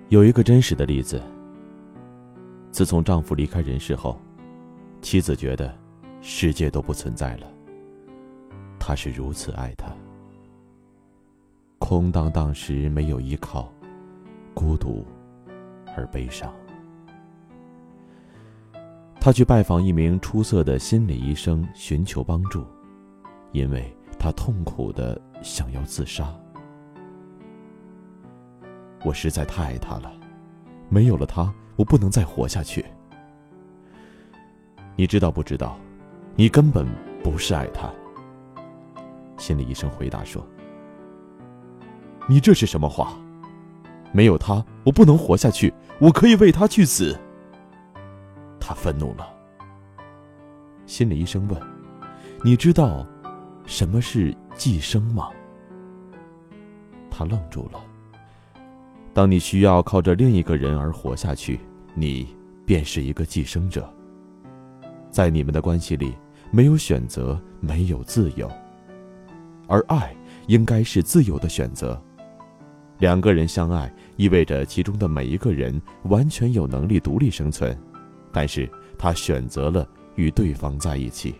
有一个真实的例子，自从丈夫离开人世后，妻子觉得世界都不存在了。她是如此爱他，空荡荡时没有依靠，孤独而悲伤。她去拜访一名出色的心理医生寻求帮助，因为她痛苦地想要自杀。我实在太爱他了，没有了他，我不能再活下去。你知道不知道，你根本不是爱他。心理医生回答说，你这是什么话？没有他，我不能活下去，我可以为他去死。他愤怒了。心理医生问，你知道什么是寄生吗？他愣住了。当你需要靠着另一个人而活下去，你便是一个寄生者。在你们的关系里，没有选择，没有自由，而爱应该是自由的选择。两个人相爱，意味着其中的每一个人完全有能力独立生存，但是他选择了与对方在一起。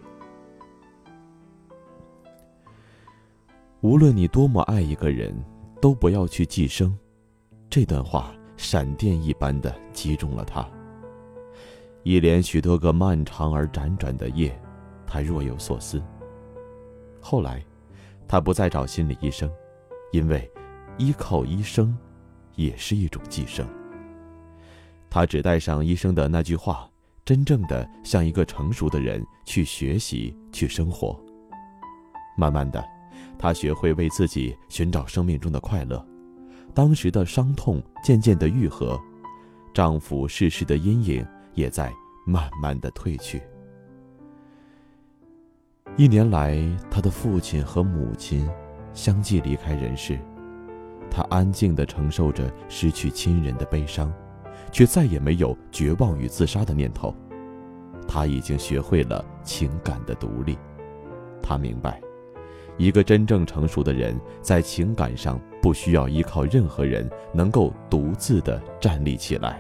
无论你多么爱一个人，都不要去寄生。这段话闪电一般地击中了他。一连许多个漫长而辗转的夜，他若有所思。后来他不再找心理医生，因为依靠医生也是一种寄生。他只带上医生的那句话，真正的像一个成熟的人去学习，去生活。慢慢的，他学会为自己寻找生命中的快乐。当时的伤痛渐渐的愈合，丈夫逝世的阴影也在慢慢的褪去。1年来，他的父亲和母亲相继离开人世，他安静地承受着失去亲人的悲伤，却再也没有绝望与自杀的念头。他已经学会了情感的独立。他明白，一个真正成熟的人在情感上不需要依靠任何人，能够独自地站立起来。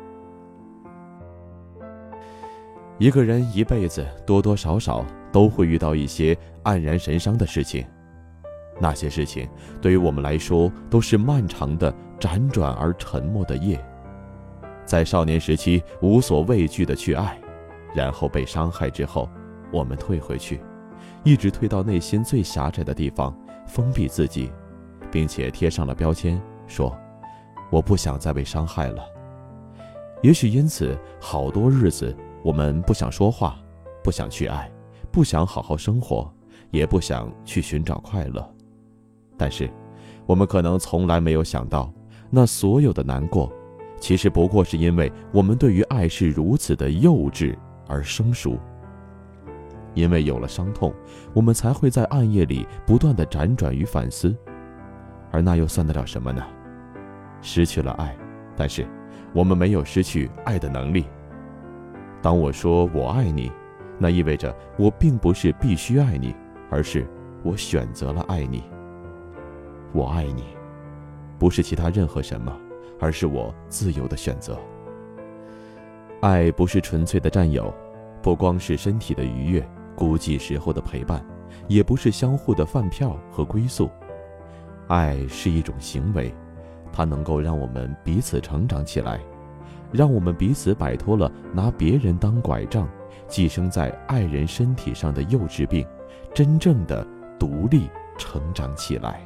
一个人一辈子多多少少都会遇到一些黯然神伤的事情，那些事情对于我们来说都是漫长的辗转而沉默的夜。在少年时期无所畏惧地去爱，然后被伤害之后，我们退回去，一直退到内心最狭窄的地方，封闭自己，并且贴上了标签，说我不想再被伤害了。也许因此好多日子我们不想说话，不想去爱，不想好好生活，也不想去寻找快乐。但是我们可能从来没有想到，那所有的难过其实不过是因为我们对于爱是如此的幼稚而生疏。因为有了伤痛，我们才会在暗夜里不断地辗转与反思，而那又算得了什么呢？失去了爱，但是我们没有失去爱的能力。当我说我爱你，那意味着我并不是必须爱你，而是我选择了爱你。我爱你，不是其他任何什么，而是我自由的选择。爱不是纯粹的占有，不光是身体的愉悦，孤寂时候的陪伴，也不是相互的饭票和归宿。爱是一种行为，它能够让我们彼此成长起来，让我们彼此摆脱了拿别人当拐杖，寄生在爱人身体上的幼稚病，真正的独立成长起来。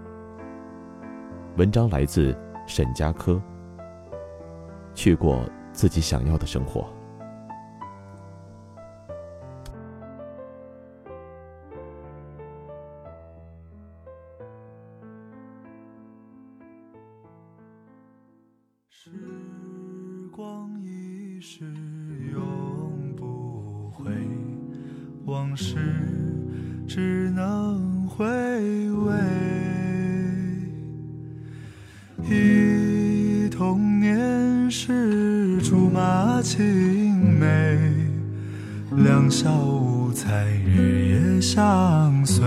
文章来自沈佳柯。去过自己想要的生活。 时光一逝永不回，往事只能回味。忆童年时竹马青梅，两小无猜日夜相随。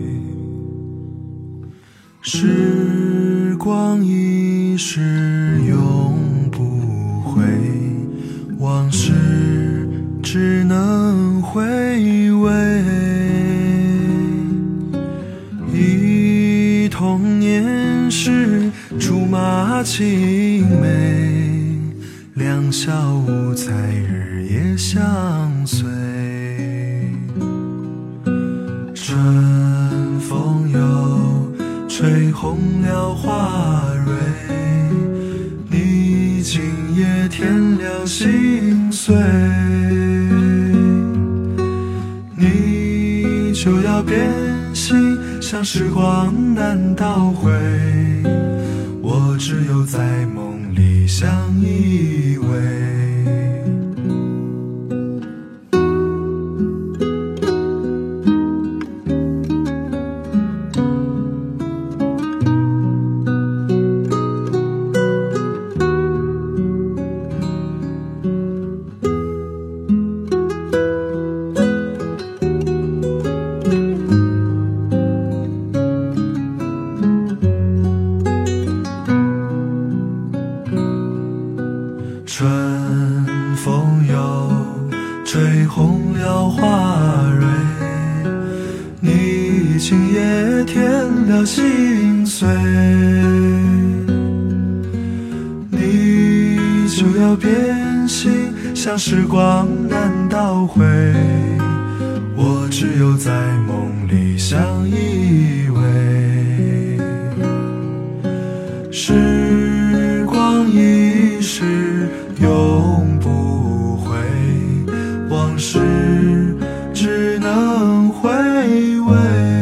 时光一逝童年时竹马青梅，两小无猜日夜相随。春风又吹红了花蕊，你今夜添了心碎，你就要变心，像时光难倒回，我只有在梦里相依偎。春风又吹红了花蕊，你今夜添了心碎，你就要变心，像时光难倒回，我只有在梦里相依偎。时光一逝永不回，往事只能回味。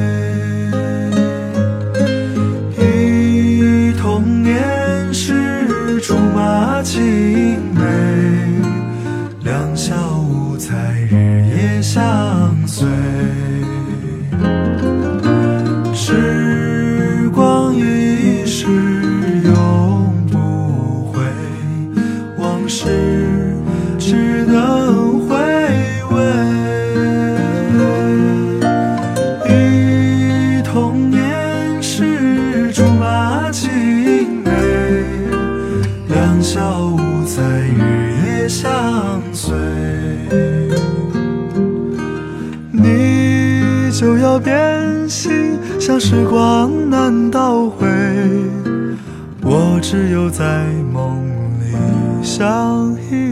忆童年时竹马青梅，两小无猜日夜相随。时光一逝永不回，往事只能回味。忆童年时竹马青梅，两小无猜日夜相随，你就要变心，像时光难倒回，我只有在梦里相依